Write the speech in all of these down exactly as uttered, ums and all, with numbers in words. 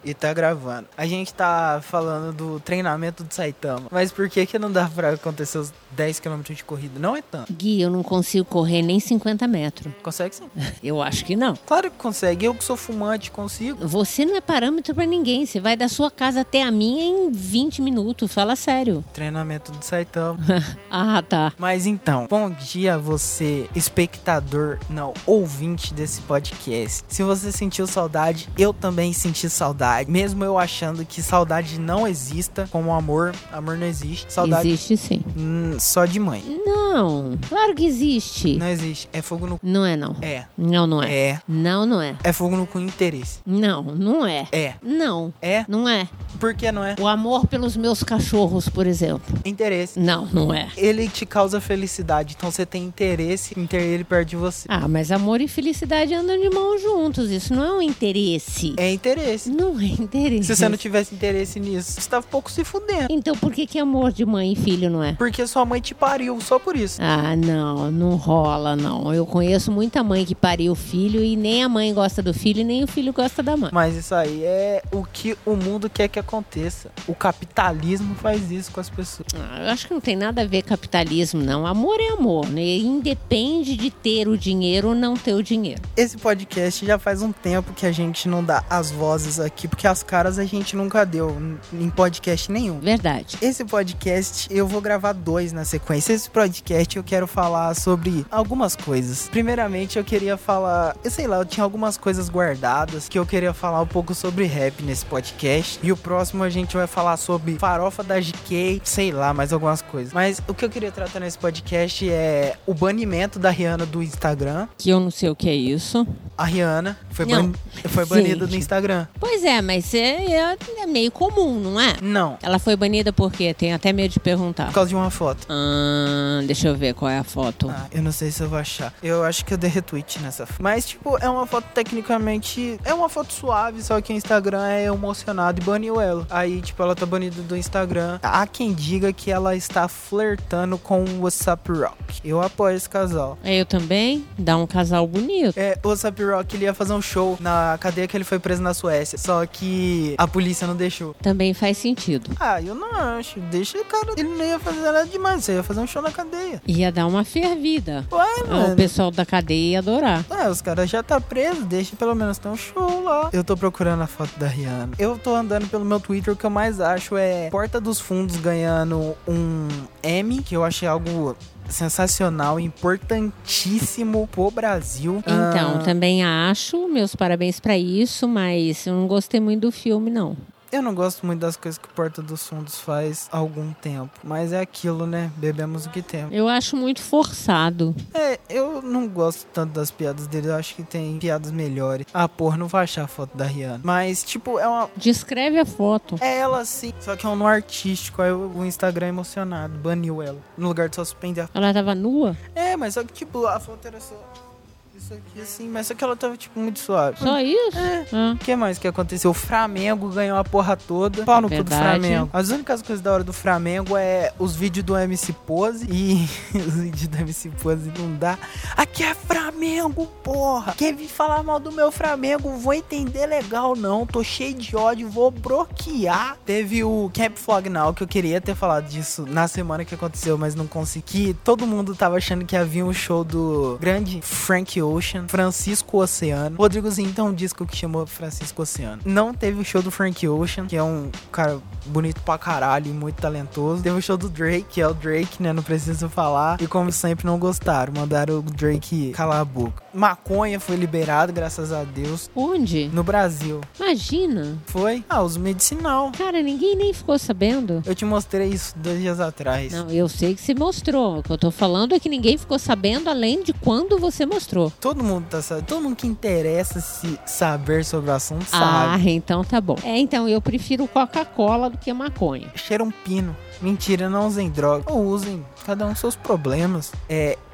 E tá gravando. A gente tá falando do treinamento do Saitama. Mas por que que não dá pra acontecer os dez quilômetros de corrida? Não é tanto. Gui, eu não consigo correr nem cinquenta metros. Consegue sim. Eu acho que não. Claro que consegue. Eu que sou fumante, consigo. Você não é parâmetro pra ninguém. Você vai da sua casa até a minha em vinte minutos. Fala sério. Treinamento do Saitama. Ah, tá. Mas então, bom dia você, espectador, não, ouvinte desse podcast. Se você sentiu saudade, eu também senti saudade. Mesmo eu achando que saudade não exista, como amor, amor não existe. Saudade existe sim. Hum, só de mãe. Não, claro que existe. Não existe. É fogo no... Não é não. É. Não, não é. É. Não, não é. É fogo no com interesse. Não, não é. É. Não. É? Não é. Por que não é? O amor pelos meus cachorros, por exemplo. Interesse. Não, não é. Ele te causa felicidade, então você tem interesse em ter ele perto de você. Ah, mas amor e felicidade andam de mãos juntos. Isso não é um interesse. É interesse. Não é interesse. Se você não tivesse interesse nisso, você tava um pouco se fudendo. Então por que que amor de mãe e filho não é? Porque sua mãe te pariu, só por isso. Ah, não, não rola, não. Eu conheço muita mãe que pariu o filho e nem a mãe gosta do filho e nem o filho gosta da mãe. Mas isso aí é o que o mundo quer que aconteça. O capitalismo faz isso com as pessoas. Ah, eu acho que não tem nada a ver com capitalismo, não. Amor é amor, né? Independe de ter o dinheiro ou não ter o dinheiro. Esse podcast já faz um tempo que a gente não dá as vozes aqui, porque as caras a gente nunca deu em podcast nenhum. Verdade. Esse podcast eu vou gravar dois na sequência. Esse podcast eu quero falar sobre algumas coisas. Primeiramente eu queria falar, eu sei lá, eu tinha algumas coisas guardadas que eu queria falar um pouco sobre rap nesse podcast. E o próximo a gente vai falar sobre farofa da G K, sei lá, mais algumas coisas. Mas o que eu queria tratar nesse podcast é o banimento da Rihanna do Instagram. Que eu não sei o que é isso. A Rihanna foi, Não. ban... foi banida Gente. do Instagram. Pois é, mas é, é, é meio comum, não é? Não, Ela foi banida por quê? Tenho até medo de perguntar. por causa de uma foto. Ah, deixa eu ver qual é a foto. Ah, eu não sei se eu vou achar. Eu acho que eu dei retweet nessa foto. Mas, tipo, é uma foto tecnicamente... É uma foto suave, só que o Instagram é emocionado e baniu ela. Aí, tipo, ela tá banida do Instagram. Há quem diga que ela está flertando com o WhatsApp Rock. Eu apoio esse casal. Eu também. Dá um casal bonito. É, o WhatsApp Rock, ele ia fazer um show na cadeia que ele foi preso na Suécia. Só que a polícia não deixou. Também faz sentido. Ah, eu não acho. Deixa o cara... Ele não ia fazer nada demais. Ele ia fazer um show na cadeia. Ia dar uma fervida. Ué, O mano. pessoal da cadeia ia adorar. É, os caras já tá preso, deixa pelo menos ter um show lá. Eu tô procurando a foto da Rihanna. Eu tô andando pelo meu Twitter, o que eu mais acho é Porta dos Fundos ganhando um M, que eu achei algo sensacional, importantíssimo pro Brasil. Então, Ah, também acho, meus parabéns pra isso, mas eu não gostei muito do filme, não. eu não gosto muito das coisas que o Porta dos Fundos faz há algum tempo, mas é aquilo, né? Bebemos o que temos. Eu acho muito forçado. É, eu não gosto tanto das piadas dele, eu acho que tem piadas melhores. Ah, porra, não vou achar a foto da Rihanna. Mas, tipo, é uma... Descreve a foto. É ela sim, só que é um no artístico, aí o Instagram é emocionado, baniu ela, no lugar de só suspender. Ela tava nua? É, mas só que tipo, a foto era só isso aqui assim, mas só que ela tava tipo muito suave. Só isso? É. Ah. O que mais que aconteceu? O Flamengo ganhou a porra toda. Pau no cu do Verdade. Flamengo. As únicas coisas da hora do Flamengo é os vídeos do M C Pose. E os vídeos do M C Pose não dá. Aqui é Flamengo, porra. Quer vir falar mal do meu Flamengo? Vou entender legal, não. Tô cheio de ódio, vou bloquear. Teve o Camp Flog Now, que eu queria ter falado disso na semana que aconteceu, mas não consegui. Todo mundo tava achando que havia um show do grande Frank Ocean, Francisco Oceano. Rodrigozinho tem um disco que chamou Francisco Oceano. Não teve o show do Frank Ocean, que é um cara bonito pra caralho e muito talentoso. Teve o show do Drake, que é o Drake, né? Não preciso falar. E como sempre, não gostaram. Mandaram o Drake calar a boca. Maconha foi liberado, graças a Deus. Onde? No Brasil. Imagina. Foi? Ah, os medicinal. Cara, ninguém nem ficou sabendo. Eu te mostrei isso dois dias atrás. Não, eu sei que você mostrou. O que eu tô falando é que ninguém ficou sabendo além de quando você mostrou. Todo mundo tá sabendo. Todo mundo que interessa se saber sobre o assunto Ah, sabe. então tá bom. É, então eu prefiro Coca-Cola do que maconha. Cheira um pino. Mentira, não usem droga. Ou usem, cada um seus problemas. É,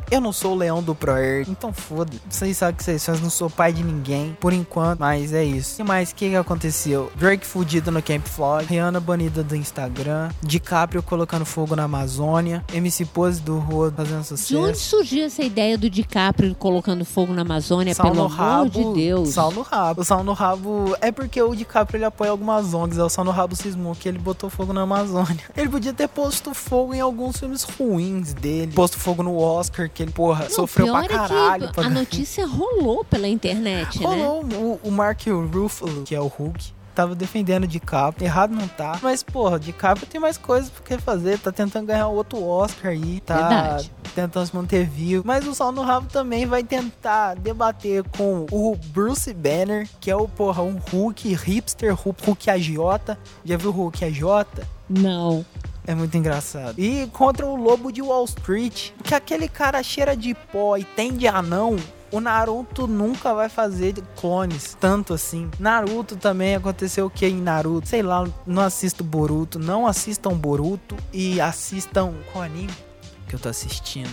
Eu não sou o leão do ProErd, então foda. Vocês sabem que vocês não sou pai de ninguém, por enquanto, mas é isso. E mais, o que, que aconteceu? Drake fudido no Camp Floyd, Rihanna banida do Instagram, DiCaprio colocando fogo na Amazônia, M C Pose do Rua fazendo sucesso. De onde surgiu essa ideia do DiCaprio colocando fogo na Amazônia, sal pelo no amor rabo, de Deus? Sal no rabo. O sal no rabo é porque o DiCaprio ele apoia algumas O N Gs, é o sal no rabo cismou que ele botou fogo na Amazônia. Ele podia ter posto fogo em alguns filmes ruins dele, posto fogo no Oscar, que ele, porra, Não, sofreu pra é caralho. Que pra... a notícia rolou pela internet, rolou, né? O, o Mark Ruffalo, que é o Hulk, tava defendendo o DiCaprio. Errado não tá. Mas, porra, o DiCaprio tem mais coisas pra que fazer. Tá tentando ganhar outro Oscar aí. Tá Verdade. Tentando se manter vivo. Mas o Sal no Rabo também vai tentar debater com o Bruce Banner, que é o, porra, um Hulk hipster, Hulk agiota. Já viu o Hulk agiota? Não. É muito engraçado. E contra o Lobo de Wall Street, que aquele cara cheira de pó e tem de anão. O Naruto nunca vai fazer clones, tanto assim. Naruto também aconteceu o que em Naruto? Sei lá, não assisto Boruto. Não assistam Boruto e assistam... Qual anime que eu tô assistindo?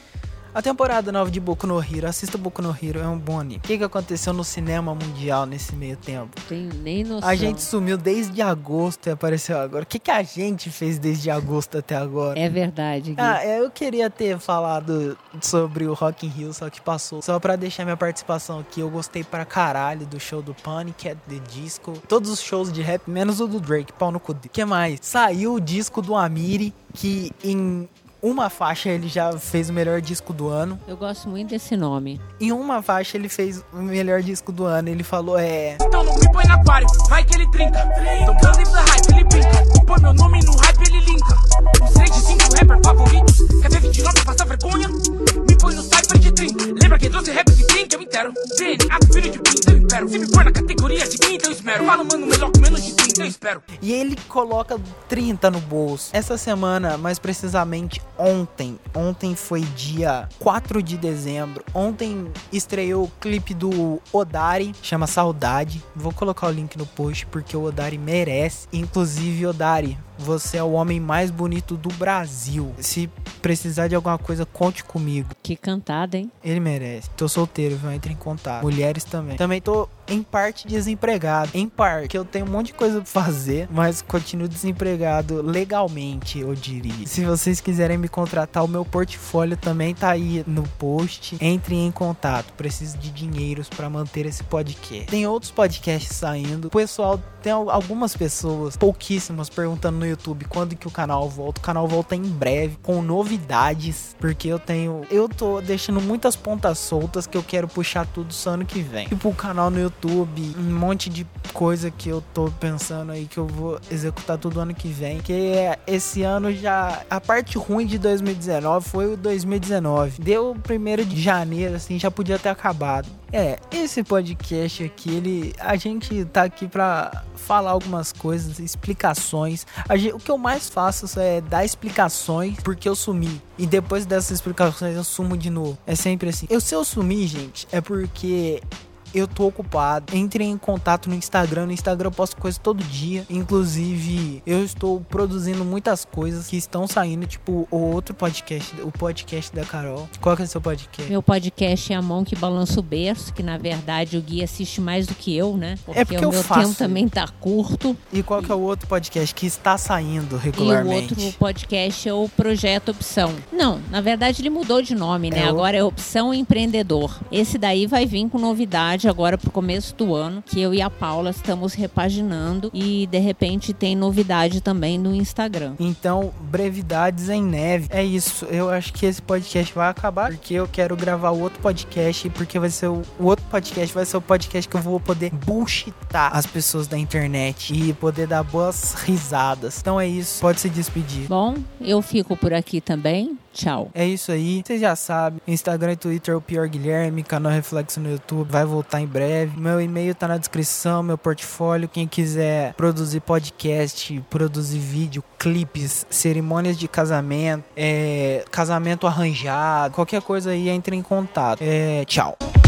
A temporada nova de Boku no Hero. Assista Boku no Hero, é um bom anime. O que, que aconteceu no cinema mundial nesse meio tempo? Tenho nem noção. A gente sumiu desde agosto e apareceu agora. O que, que a gente fez desde agosto até agora? É verdade, Gui. Ah, eu queria ter falado sobre o Rock in Rio, só que passou. Só pra deixar minha participação aqui, eu gostei pra caralho do show do Panic! At the Disco. Todos os shows de rap, menos o do Drake, pau no cu dele. O que mais? Saiu o disco do Amiri, que em... uma faixa ele já fez o melhor disco do ano. Eu gosto muito desse nome. Em uma faixa ele fez o melhor disco do ano. Ele falou, é... Então não me põe no aquário, vai que ele trinca. Então Bunny da hype, ele brinca. Põe meu nome no hype, ele linka. Os três de cinco rapper favoritos. Quer ver vinte e nove passar vergonha? Me põe no cypher de trinta. Lembra que trouxe rap que tem que eu intero. D N A do filho de pinta, eu impero. Se me põe na categoria de quinta, eu espero. Fala mano melhor que menos de trinta, eu espero. E ele coloca trinta no bolso. Essa semana, mais precisamente ontem. Ontem foi dia quatro de dezembro. Ontem estreou o clipe do Odari, chama Saudade. Vou colocar o link no post porque o Odari merece. Inclusive, Odari, você é o homem mais bonito do Brasil. Se precisar de alguma coisa, conte comigo. Que cantada, hein? Ele merece. Tô solteiro, viu? Entre em contato. Mulheres também. Também tô, em parte, desempregado. Em parte, que eu tenho um monte de coisa pra fazer, mas continuo desempregado legalmente, eu diria. Se vocês quiserem me contratar, o meu portfólio também tá aí no post. Entrem em contato. Preciso de dinheiros pra manter esse podcast. Tem outros podcasts saindo. O pessoal, tem algumas pessoas, pouquíssimas, perguntando no YouTube quando que o canal volta. O canal volta em breve, com novidades, porque eu tenho... Eu tô deixando muitas pontas soltas que eu quero puxar tudo só ano que vem. Tipo, o canal no YouTube, um monte de coisa que eu tô pensando aí que eu vou executar tudo ano que vem. Que esse ano já... A parte ruim de dois mil e dezenove foi o dois mil e dezenove. Deu primeiro de janeiro, assim, já podia ter acabado. É, esse podcast aqui, ele... A gente tá aqui pra falar algumas coisas, explicações. A gente, o que eu mais faço é dar explicações porque eu sumi. E depois dessas explicações eu sumo de novo. É sempre assim. Eu, se eu sumir, gente, é porque... eu tô ocupado. Entrem em contato no Instagram. No Instagram eu posto coisas todo dia. Inclusive, eu estou produzindo muitas coisas que estão saindo. Tipo, o outro podcast, o podcast da Carol. Qual que é o seu podcast? Meu podcast é A Mão que Balança o Berço, que na verdade o Gui assiste mais do que eu, né? Porque, é porque o eu meu faço. tempo também tá curto. E qual que é o outro podcast que está saindo E o regularmente? outro podcast é o Projeto Opção. Não, na verdade ele mudou de nome, né? É o... Agora é Opção Empreendedor. Esse daí vai vir com novidade agora pro começo do ano, que eu e a Paula estamos repaginando e de repente tem novidade também no Instagram. Então, brevidades em neve. É isso, eu acho que esse podcast vai acabar porque eu quero gravar o outro podcast, porque vai ser o, o outro podcast vai ser o podcast que eu vou poder bullshitar as pessoas da internet e poder dar boas risadas. Então é isso, pode se despedir. Bom, eu fico por aqui também. Tchau. É isso aí, vocês já sabem, Instagram e Twitter é o Pior Guilherme, canal Reflexo no YouTube vai voltar em breve, meu e-mail tá na descrição, meu portfólio, quem quiser produzir podcast, produzir vídeo, clipes, cerimônias de casamento, é, casamento arranjado, qualquer coisa aí, entre em contato. É, tchau.